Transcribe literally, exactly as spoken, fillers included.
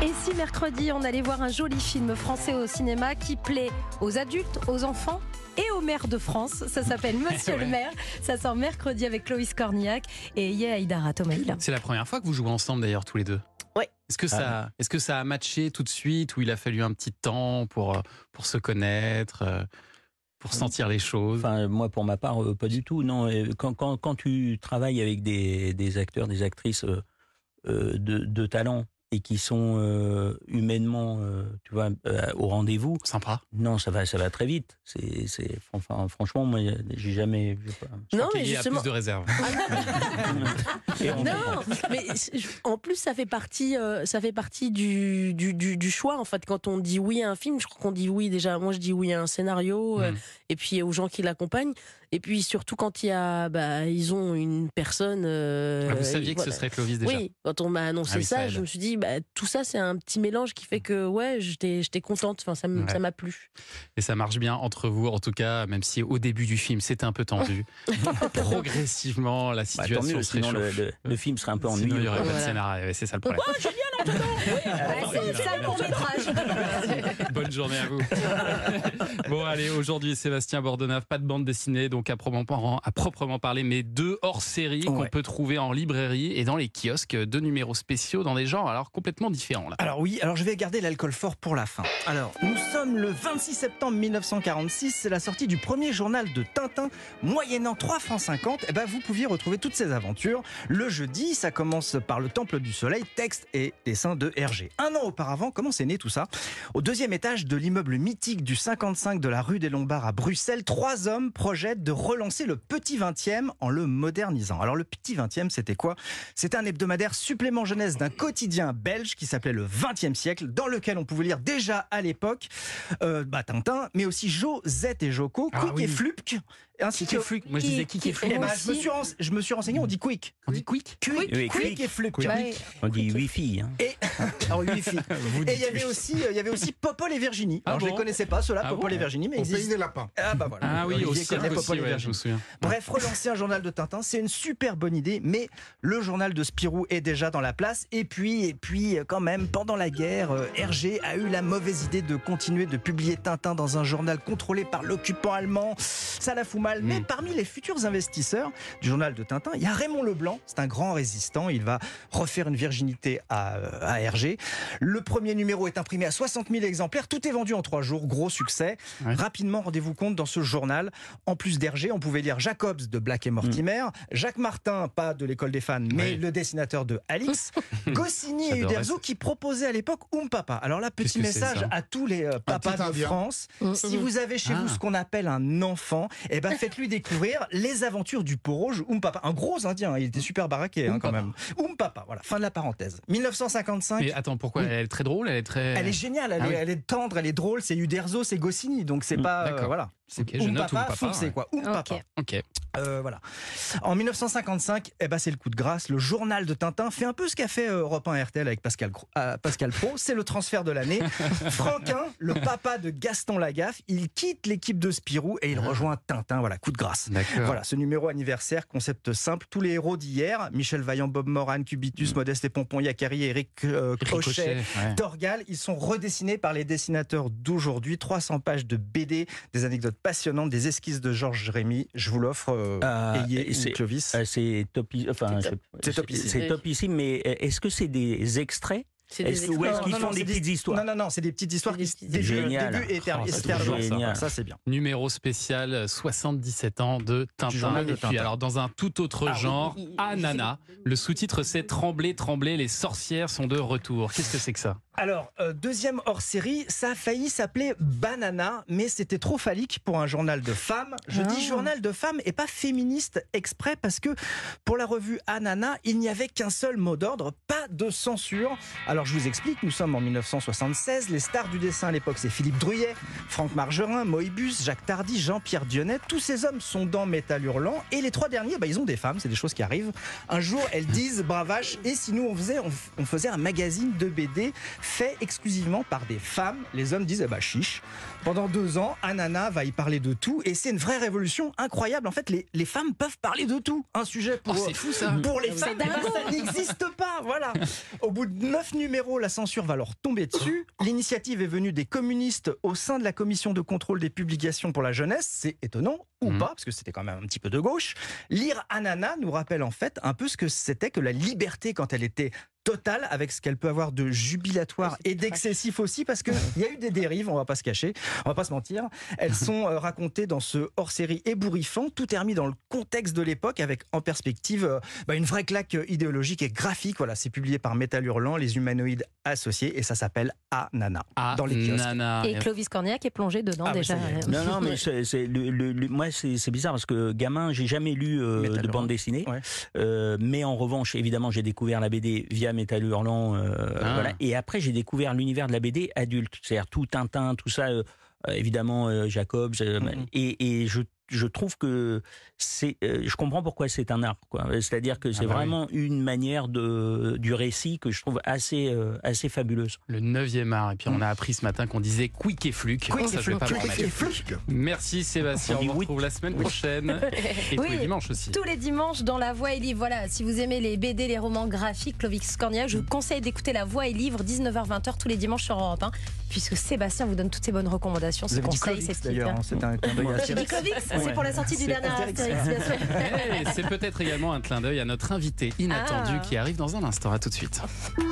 Et si mercredi on allait voir un joli film français au cinéma qui plaît aux adultes, aux enfants et aux maires de France, ça s'appelle Monsieur ouais. le maire, ça sort mercredi avec Clovis Cornillac et Yé Haïdara Tomaïla. C'est la première fois que vous jouez ensemble d'ailleurs tous les deux. Ouais. Est-ce que, ça, est-ce que ça a matché tout de suite ou il a fallu un petit temps pour, pour se connaître, pour sentir les choses? Enfin, moi, pour ma part, euh, pas du tout. Non, quand, quand, quand tu travailles avec des, des acteurs, des actrices euh, euh, de, de talent et qui sont euh, humainement, euh, tu vois, euh, au rendez-vous. Sympa. Non, ça va, ça va très vite. C'est, c'est, enfin, franchement, moi, j'ai jamais. Je non, mais justement. Il y a plus de réserve. Non, mais en plus, ça fait partie, euh, ça fait partie du, du, du, du choix. En fait, quand on dit oui à un film, je crois qu'on dit oui déjà. Moi, je dis oui à un scénario, mm. euh, et puis aux gens qui l'accompagnent. Et puis surtout quand il y a, bah, ils ont une personne. Euh, ah, vous saviez et, que voilà. ce serait Clovis déjà. Oui, quand on m'a annoncé ah, oui, ça, ça je me suis dit, bah, tout ça, c'est un petit mélange qui fait que, ouais, j'étais, j'étais contente. Enfin, ça, ouais. ça m'a plu. Et ça marche bien entre vous, en tout cas, même si au début du film, c'était un peu tendu. Progressivement, la situation bah, mieux, se réchauffe. Le, le, le film serait un peu ennuyeux. Sinon, il n'y aurait voilà. pas de scénario. C'est ça le problème. Oh, génial, en tout cas. Oui, ouais, c'est ça le court-métrage. Bonne journée à vous. Bon, allez, aujourd'hui, Sébastien Bordenave, pas de bande dessinée, donc à proprement, à proprement parler, mais deux hors-série ouais. qu'on peut trouver en librairie et dans les kiosques, deux numéros spéciaux dans des genres alors complètement différents. Là. Alors oui, alors je vais garder l'alcool fort pour la fin. Alors, nous sommes le vingt-six septembre mille neuf cent quarante-six, c'est la sortie du premier journal de Tintin, moyennant trois francs cinquante. Et ben, vous pouviez retrouver toutes ces aventures. Le jeudi, ça commence par le Temple du Soleil, texte et dessin de Hergé. Un an auparavant, comment c'est né tout ça? Au deuxième étage de l'immeuble mythique du cinquante-cinq de la rue des Lombards à Bruxelles, trois hommes projettent de relancer le Petit vingtième en le modernisant. Alors le Petit vingtième, c'était quoi? C'était un hebdomadaire supplément jeunesse d'un quotidien belge qui s'appelait le vingtième siècle, dans lequel on pouvait lire déjà à l'époque euh, bah, Tintin, mais aussi Jo, Zet et Joko, ah, Quick oui. et Flupk. Ainsi que Flupk. Moi je disais Quick et Flupk. Eh ben, je, me suis rense... je me suis renseigné, on dit Quick. On dit Quick Quick, oui, quick, quick et Flupk. Quick. On dit Wi-Fi. Hein. Et alors Wi-Fi. Et il y avait aussi, il y avait aussi Popol et Virginie. Alors ah bon je les connaissais pas, ceux-là, ah Popol bon et Virginie, mais au pays des lapins. Ah bah voilà. Ah oui, aussi, Popol aussi, et ouais, Virginie. je me souviens. Bref, relancer un journal de Tintin, c'est une super bonne idée, mais le journal de Spirou est déjà dans la place. Et puis, et puis, quand même, pendant la guerre, euh, Hergé a eu la mauvaise idée de continuer de publier Tintin dans un journal contrôlé par l'occupant allemand. Ça la fout mal. Mmh. Mais parmi les futurs investisseurs du journal de Tintin, il y a Raymond Leblanc. C'est un grand résistant. Il va refaire une virginité à, à Hergé. Le premier numéro est imprimé à soixante mille exemplaires. Tout est vendu en trois jours. Gros succès. Ouais. Rapidement, rendez-vous compte, dans ce journal, en plus d'Hergé, on pouvait lire Jacobs de Black et Mortimer, mmh. Jacques Martin, pas de l'école des fans, mais oui. le dessinateur de Alix, Goscinny et Uderzo qui proposaient à l'époque Oum Papa. Alors là, petit message à tous les euh, papas de indien. France. Mmh. Si vous avez chez ah. vous ce qu'on appelle un enfant, eh ben faites-lui découvrir les aventures du peau rouge Oum Papa. Un gros indien, il était super baraqué hein, quand même. Oum Papa, voilà, fin de la parenthèse. mille neuf cent cinquante-cinq. Mais attends, pourquoi oui. Elle est très drôle, elle est très... Elle est géniale, elle, ah est, oui. elle est tendre, elle est drôle, c'est Uderzo, c'est Goscinny, donc c'est mmh. pas... Euh, voilà. C'est okay, Oum Papa, Papa foncé, ouais. quoi. Oum okay. Papa. Ok. Euh, voilà. En mille neuf cent cinquante-cinq, eh ben c'est le coup de grâce. Le journal de Tintin fait un peu ce qu'a fait Europe un R T L avec Pascal, euh, Pascal Praud. C'est le transfert de l'année. Franquin, le papa de Gaston Lagaffe, il quitte l'équipe de Spirou et il rejoint Tintin. Voilà, coup de grâce. D'accord. Voilà, ce numéro anniversaire, concept simple. Tous les héros d'hier, Michel Vaillant, Bob Moran, Cubitus, mmh. Modeste et Pompon, Yakari, Eric euh, Crochet, ouais. Torgal, ils sont redessinés par les dessinateurs d'aujourd'hui. trois cents pages de B D, des anecdotes passionnantes, des esquisses de Georges Rémy. Je vous l'offre. Euh, Euh, Ayez c'est, Clovis. euh, c'est top, enfin, c'est top, c'est top ici. C'est top ici, mais est-ce que c'est des extraits? C'est des Ou est-ce qu'ils non, font non, des petites des... histoires? Non, non, non, c'est des petites histoires qui se début, génial. début et terminent. Oh, ça, ça c'est bien. Numéro spécial, soixante-dix-sept ans de Tintin. De et puis alors, dans un tout autre ah, genre, oui, oui, oui. Anana. Le sous-titre, c'est Tremblez, tremblez, les sorcières sont de retour. Qu'est-ce que c'est que ça? Alors, euh, deuxième hors-série, ça a failli s'appeler Banana, mais c'était trop phallique pour un journal de femmes. Je ah. dis journal de femmes et pas féministe exprès parce que pour la revue Anana, il n'y avait qu'un seul mot d'ordre, pas de censure. Alors je vous explique, nous sommes en mille neuf cent soixante-seize, les stars du dessin à l'époque c'est Philippe Druyet, Franck Margerin, Moebius, Jacques Tardy, Jean-Pierre Dionnet. Tous ces hommes sont dans Métal Hurlant et les trois derniers, bah, ils ont des femmes, c'est des choses qui arrivent. Un jour, elles disent bravache, et si nous on faisait, on, on faisait un magazine de B D fait exclusivement par des femmes. Les hommes disent eh bah chiche. Pendant deux ans, Anana va y parler de tout et c'est une vraie révolution incroyable. En fait, les, les femmes peuvent parler de tout. Un sujet pour, oh, c'est fou, ça. pour les femmes, bah, ça n'existe pas. Voilà. Au bout de neuf numéros. numéro, la censure va leur tomber dessus. L'initiative est venue des communistes au sein de la commission de contrôle des publications pour la jeunesse. C'est étonnant, ou Mmh. pas, parce que c'était quand même un petit peu de gauche. Lire Ananas nous rappelle en fait un peu ce que c'était que la liberté quand elle était totale, avec ce qu'elle peut avoir de jubilatoire et d'excessif aussi, parce qu'il y a eu des dérives, on va pas se cacher, on va pas se mentir. Elles sont euh, racontées dans ce hors-série ébouriffant. Tout est remis dans le contexte de l'époque, avec en perspective euh, bah, une vraie claque idéologique et graphique. Voilà, c'est publié par Métal Hurlant, les humanoïdes associés, et ça s'appelle Ananas Ah, dans les kiosques. nana. Et Clovis Cornillac est plongé dedans Ah, mais déjà. ça y est. Non, non, mais c'est, c'est le, le- le- moi, c'est, c'est bizarre parce que gamin, j'ai jamais lu euh, Métal de Hurlant. bande dessinée. Ouais. Euh, mais en revanche, évidemment, j'ai découvert la B D via Métal Hurlant. euh, Ah. voilà. Et après, j'ai découvert l'univers de la B D adulte. C'est-à-dire tout Tintin, tout ça, euh, euh, évidemment, euh, Jacobs. euh, Mhm. Et, et je, je trouve que c'est. euh, je comprends pourquoi c'est un art, quoi. C'est-à-dire que c'est bah vraiment une manière de, du récit que je trouve assez, euh, assez fabuleuse. Le neuvième art. Et puis on a appris ce matin qu'on disait quick et fluke. Quick Ça, et je vais pas fluke, m'en quick remettre. et fluke. Merci Sébastien. On dit On vous oui. retrouve la semaine prochaine. Et tous Oui. les dimanches aussi. Tous les dimanches dans La Voix et Livre. Voilà, si vous aimez les B D, les romans graphiques, Clovis Cornillac, je vous conseille d'écouter La Voix et Livre, dix-neuf heures vingt tous les dimanches sur Europe un, puisque Sébastien vous donne toutes ses bonnes recommandations, Vous ses avez dit conseils, ses Clovis tips. d'ailleurs, hein, c'est un clin d'œil à J'ai dit Clovis, c'est pour la sortie du C'est dernier Astérix. Astérix, bien sûr. Et c'est peut-être également un clin d'œil à notre invité inattendu Ah. qui arrive dans un instant. À tout de suite.